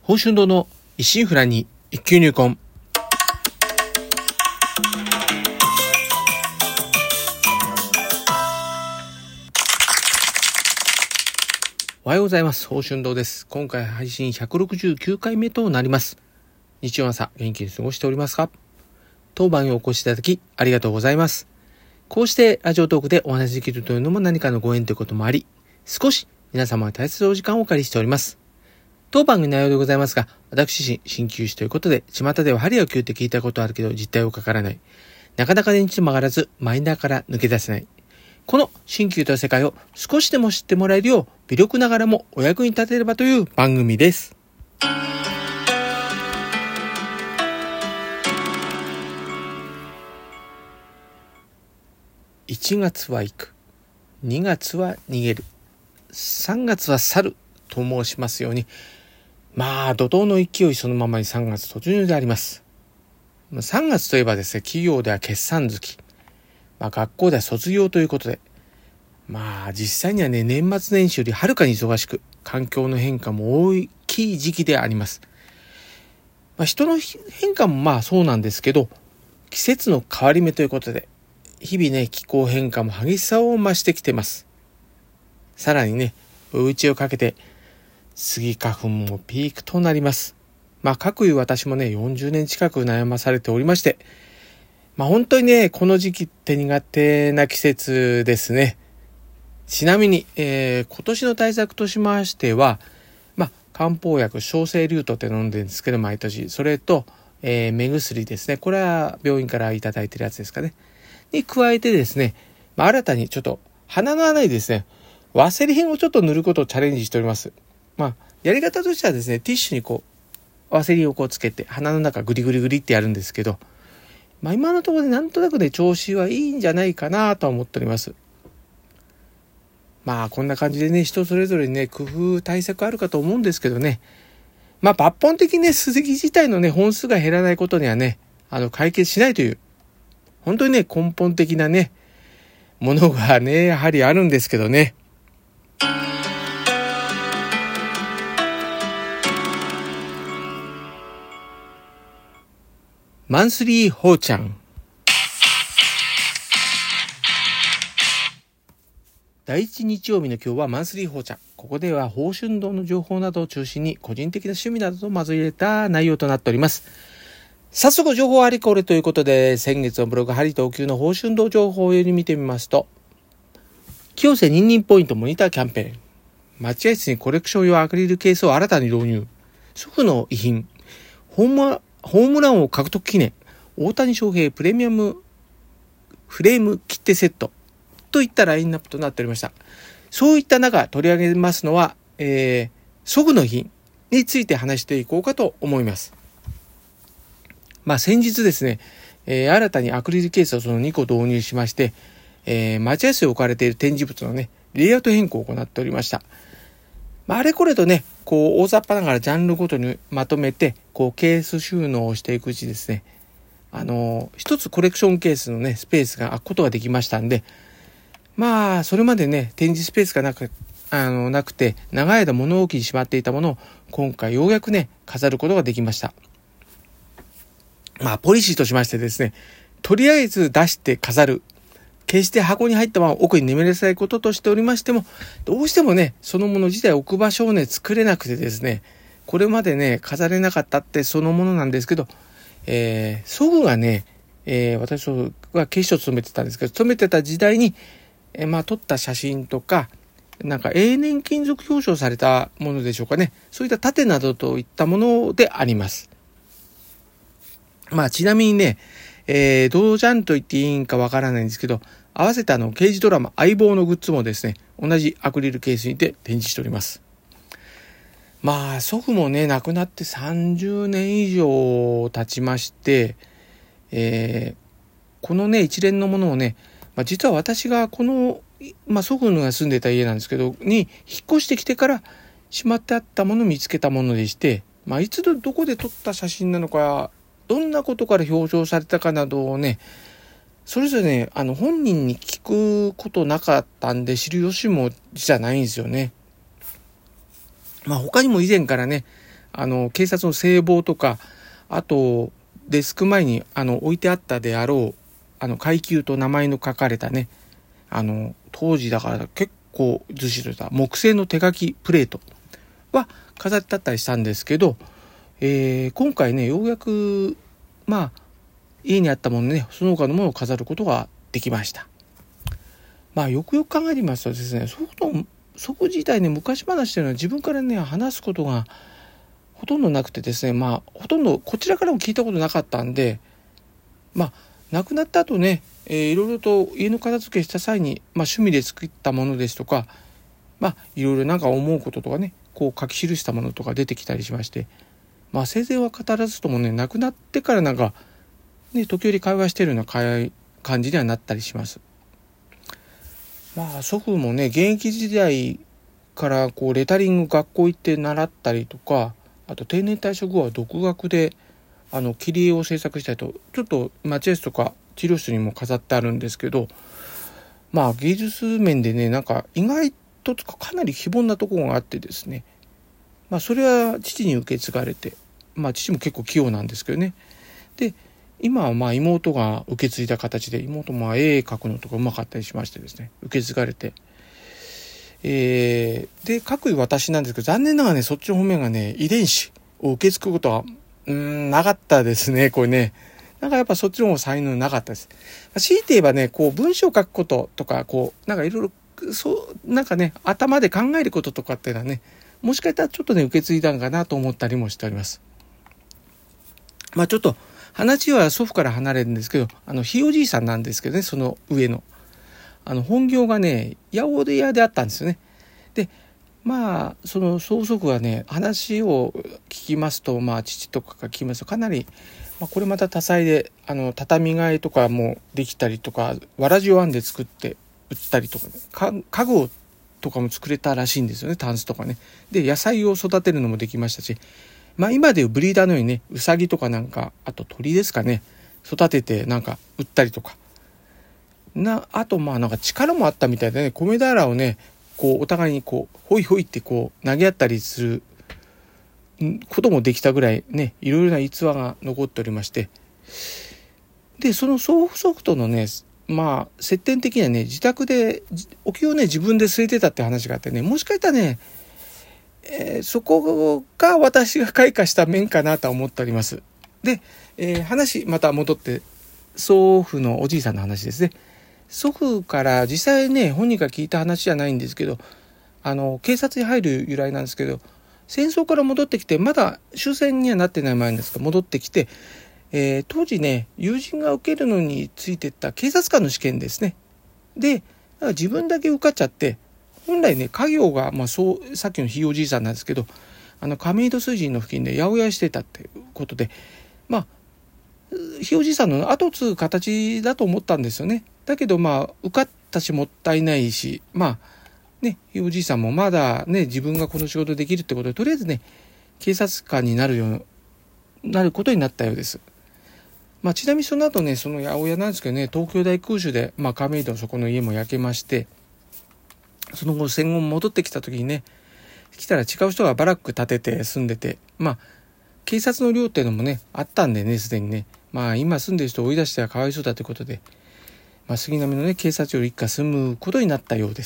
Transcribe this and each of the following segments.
宝春堂の一心不乱に一級入魂。おはようございます。宝春堂です。今回配信169回目となります。日曜朝元気に過ごしておりますか？当番にお越しいただきありがとうございます。こうしてラジオトークでお話しできるというのも何かのご縁ということもあり、少し皆様に大切なお時間をお借りしております。当番組内容でございますが、私自身鍼灸師ということで、巷では針を灸って聞いたことあるけど実態をかからない。なかなか電池も上がらず、マイナーから抜け出せない。この鍼灸という世界を少しでも知ってもらえるよう、微力ながらもお役に立てればという番組です。1月は行く。2月は逃げる。3月は去ると申しますように、怒涛の勢いそのままに3月突入であります。3月といえばですね、企業では決算月、学校では卒業ということで、実際にはね、年末年始よりはるかに忙しく、環境の変化も大きい時期であります。人の変化もそうなんですけど、季節の変わり目ということで、日々ね、気候変化も激しさを増してきてます。さらにね、追い打ちをかけて、スギ花粉もピークとなります。かくいう私もね、40年近く悩まされておりまして、本当にね、この時期って苦手な季節ですね。ちなみに、今年の対策としましては、漢方薬、小生竜斗って飲んでるんですけど、毎年。それと、目薬ですね。これは病院からいただいてるやつですかね。に加えてですね、新たにちょっと鼻の穴にですね、ワセリンをちょっと塗ることをチャレンジしております。やり方としてはですね、ティッシュにワセリンをつけて鼻の中グリグリグリってやるんですけど、今のところでなんとなくね、調子はいいんじゃないかなとは思っております。こんな感じでね、人それぞれね、工夫対策あるかと思うんですけどね、抜本的にね、スギ自体のね、本数が減らないことにはね、解決しないという、本当にね、根本的なね、ものがね、やはりあるんですけどね。マンスリーほうちゃん。第一日曜日の今日はマンスリーほうちゃん。ここでは宝春堂の情報などを中心に個人的な趣味などと交えた内容となっております。早速情報ありこれということで、先月のブログハリ東急の宝春堂情報を見てみますと、清瀬ニンニンポイントモニターキャンペーン。待合室にコレクション用アクリルケースを新たに導入。祖父の遺品。ホームラン王獲得記念。大谷翔平プレミアムフレーム切手セット。といったラインナップとなっておりました。そういった中取り上げますのは、祖父の遺品について話していこうかと思います。先日ですね、新たにアクリルケースをその2個導入しまして、待合室に置かれている展示物のね、レイアウト変更を行っておりました。あれこれとね、大雑把ながらジャンルごとにまとめて、ケース収納をしていくうちですね、一つコレクションケースのね、スペースが空くことができましたんで、それまでね、展示スペースがなくて、長い間物置にしまっていたものを、今回ようやくね、飾ることができました。ポリシーとしましてですね、とりあえず出して飾る。決して箱に入ったまま奥に眠れさないこととしておりましても、どうしてもね、そのもの自体置く場所をね、作れなくてですね、これまでね、飾れなかったってそのものなんですけど、祖父がね、私は警視庁を勤めてたんですけど、勤めてた時代に、撮った写真とか、永年金属表彰されたものでしょうかね。そういった盾などといったものであります。ちなみにね、どうジャンと言っていいんかわからないんですけど、合わせた刑事ドラマ相棒のグッズもですね、同じアクリルケースにて展示しております。祖父もね、亡くなって30年以上経ちまして、このね、一連のものをね、実は私がこの、祖父が住んでた家なんですけど、に引っ越してきてからしまってあったものを見つけたものでして、いつどこで撮った写真なのか、どんなことから表彰されたかなどをね、それぞれね、本人に聞くことなかったんで知る由もじゃないんですよね。他にも以前からね、 警察の制帽とか、あとデスク前に置いてあったであろう階級と名前の書かれたね、当時だから結構ずしりとした木製の手書きプレートは飾ってあったりしたんですけど、今回ねようやく家にあったものね、その他のものを飾ることができました。よくよく考えてみますとですね、祖父自体ね、昔話というのは自分からね話すことがほとんどなくてですね、ほとんどこちらからも聞いたことなかったんで、亡くなった後ね、いろいろと家の片付けした際に、趣味で作ったものですとか、いろいろなんか思うこととかね、こう書き記したものとか出てきたりしまして、生前は語らずともね、亡くなってからなんかね、時折会話しているような感じにはなったりします。祖父もね、現役時代からこうレタリング学校行って習ったりとか、あと定年退職後は独学で切り絵を制作したりと、ちょっと待合室とか治療室にも飾ってあるんですけど、芸術面でね、なんか意外とかなり非凡なところがあってですね、それは父に受け継がれて、父も結構器用なんですけどね。で、今は妹が受け継いだ形で、妹も絵描くのとかうまかったりしましてですね、受け継がれて、で各位私なんですけど、残念ながらね、そっちの方面がね遺伝子を受け継ぐことはなかったですね。これね、なんかやっぱそっちの方才能なかったです。強いて言えばね、こう文章を書くこととか、こうなんかいろいろなんかね、頭で考えることとかっていうのはね、もしかしたらちょっとね受け継いだんかなと思ったりもしております。ちょっと話は祖父から離れるんですけど、ひいおじいさんなんですけどね、その上の本業がね八百屋であったんですよね。でその曽祖父はね、話を聞きますと、父とかが聞きますと、かなり、これまた多彩で、畳替えとかもできたりとか、わらじを編んで作って売ったりとか、ね、家具とかも作れたらしいんですよね、タンスとかね。で野菜を育てるのもできましたし、今でいうブリーダーのようにね、ウサギとかなんか、あと鳥ですかね、育ててなんか売ったりとか、あとなんか力もあったみたいでね、米俵をね、こうお互いにこうホイホイってこう投げ合ったりすることもできたぐらいね、いろいろな逸話が残っておりまして、でその曽祖父とのね、接点的にはね、自宅でお経をね自分で据えてたって話があってね、もしかしたらね、そこが私が開花した面かなと思っております。で、話また戻って祖父のおじいさんの話ですね。祖父から実際ね、本人が聞いた話じゃないんですけど、警察に入る由来なんですけど、戦争から戻ってきて、まだ終戦にはなってない前なんですが、戻ってきて、当時ね、友人が受けるのについてった警察官の試験ですね。で、自分だけ受かっちゃって、本来ね、家業が、さっきのひいおじいさんなんですけど、亀戸水神の付近で八百屋してたっていうことで、ひいおじいさんの後継ぐ形だと思ったんですよね。だけど受かったしもったいないし、ひいおじいさんもまだね、自分がこの仕事できるってことで、とりあえずね、警察官になることになったようです。ちなみにその後ね、その八百屋なんですけどね、東京大空襲で、亀戸のそこの家も焼けまして、その後戦後戻ってきた時にね、来たら違う人がバラック建てて住んでて、警察の寮っていうのもねあったんでね、すでにね、今住んでる人を追い出してはかわいそうだということで、杉並のね警察庁一家住むことになったようです。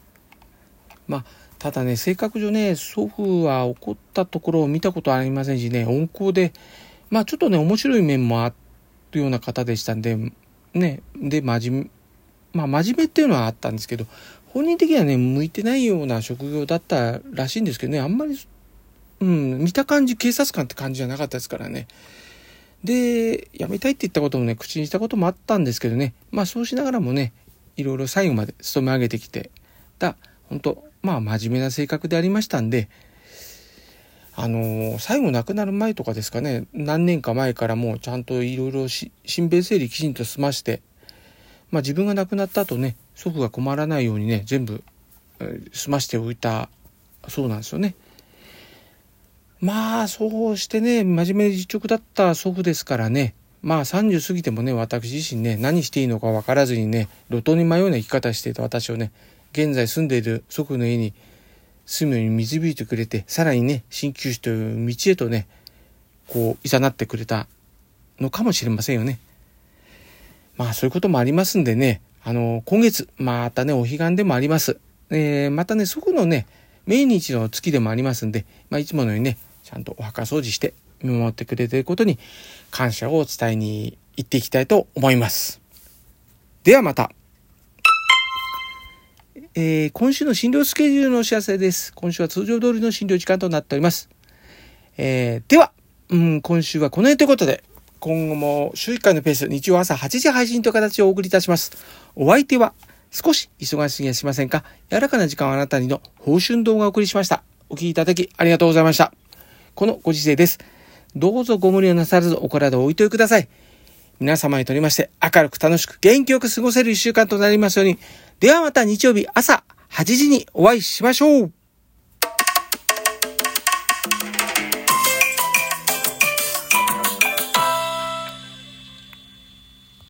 ただね、性格上ね、祖父は怒ったところを見たことありませんしね、温厚で、ちょっとね面白い面もあるような方でしたんでね。で真面目っていうのはあったんですけど、本人的にはね向いてないような職業だったらしいんですけどね、あんまり見た感じ警察官って感じじゃなかったですからね。で辞めたいって言ったこともね口にしたこともあったんですけどね、そうしながらもね、いろいろ最後まで勤め上げてきて本当真面目な性格でありましたんで、最後亡くなる前とかですかね、何年か前からもうちゃんといろいろ身辺整理きちんと済まして、自分が亡くなった後ね、祖父が困らないようにね全部済ましておいたそうなんですよね。そうしてね、真面目で実直だった祖父ですからね、30過ぎてもね、私自身ね、何していいのか分からずにね、路頭に迷うような生き方していた私をね、現在住んでいる祖父の家に住むように導いてくれて、さらにね、鍼灸師という道へとね、誘ってくれたのかもしれませんよね。そういうこともありますんでね、今月、またね、お彼岸でもあります。またね、そこのね、命日の月でもありますんで、いつものようにね、ちゃんとお墓掃除して見守ってくれていることに感謝を伝えに行っていきたいと思います。ではまた。今週の診療スケジュールのお知らせです。今週は通常通りの診療時間となっております。では、今週はこの辺ということで、今後も週1回のペース、日曜朝8時配信という形をお送りいたします。お相手は、少し忙しすぎやしませんか？柔らかな時間をあなたにの報春動画をお送りしました。お聞きいただきありがとうございました。このご時世です。どうぞご無理をなさらずお体をおいといください。皆様にとりまして明るく楽しく元気よく過ごせる1週間となりますように。ではまた日曜日朝8時にお会いしましょう。